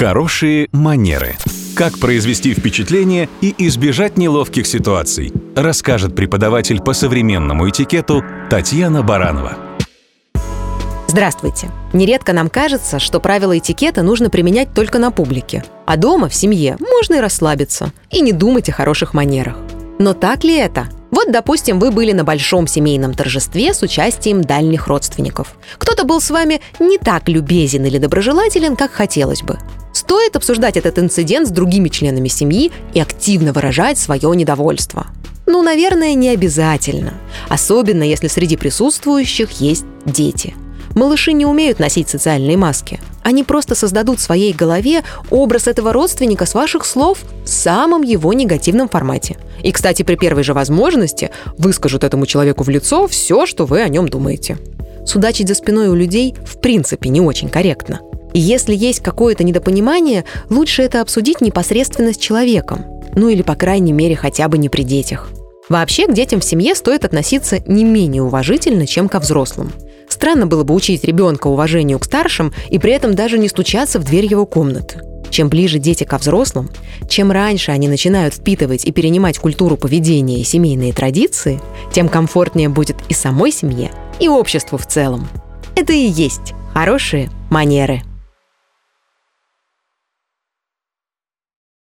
Хорошие манеры. Как произвести впечатление и избежать неловких ситуаций, расскажет преподаватель по современному этикету Татьяна Баранова. Здравствуйте! Нередко нам кажется, что правила этикета нужно применять только на публике, а дома, в семье, можно и расслабиться, и не думать о хороших манерах. Но так ли это? Вот, допустим, вы были на большом семейном торжестве с участием дальних родственников. Кто-то был с вами не так любезен или доброжелателен, как хотелось бы. Стоит обсуждать этот инцидент с другими членами семьи и активно выражать свое недовольство? Наверное, не обязательно. Особенно, если среди присутствующих есть дети. Малыши не умеют носить социальные маски. Они просто создадут в своей голове образ этого родственника с ваших слов в самом его негативном формате. И, кстати, при первой же возможности выскажут этому человеку в лицо все, что вы о нем думаете. Судачить за спиной у людей в принципе не очень корректно. И если есть какое-то недопонимание, лучше это обсудить непосредственно с человеком. Или, по крайней мере, хотя бы не при детях. Вообще, к детям в семье стоит относиться не менее уважительно, чем ко взрослым. Странно было бы учить ребенка уважению к старшим и при этом даже не стучаться в дверь его комнаты. Чем ближе дети ко взрослым, чем раньше они начинают впитывать и перенимать культуру поведения и семейные традиции, тем комфортнее будет и самой семье, и обществу в целом. Это и есть хорошие манеры.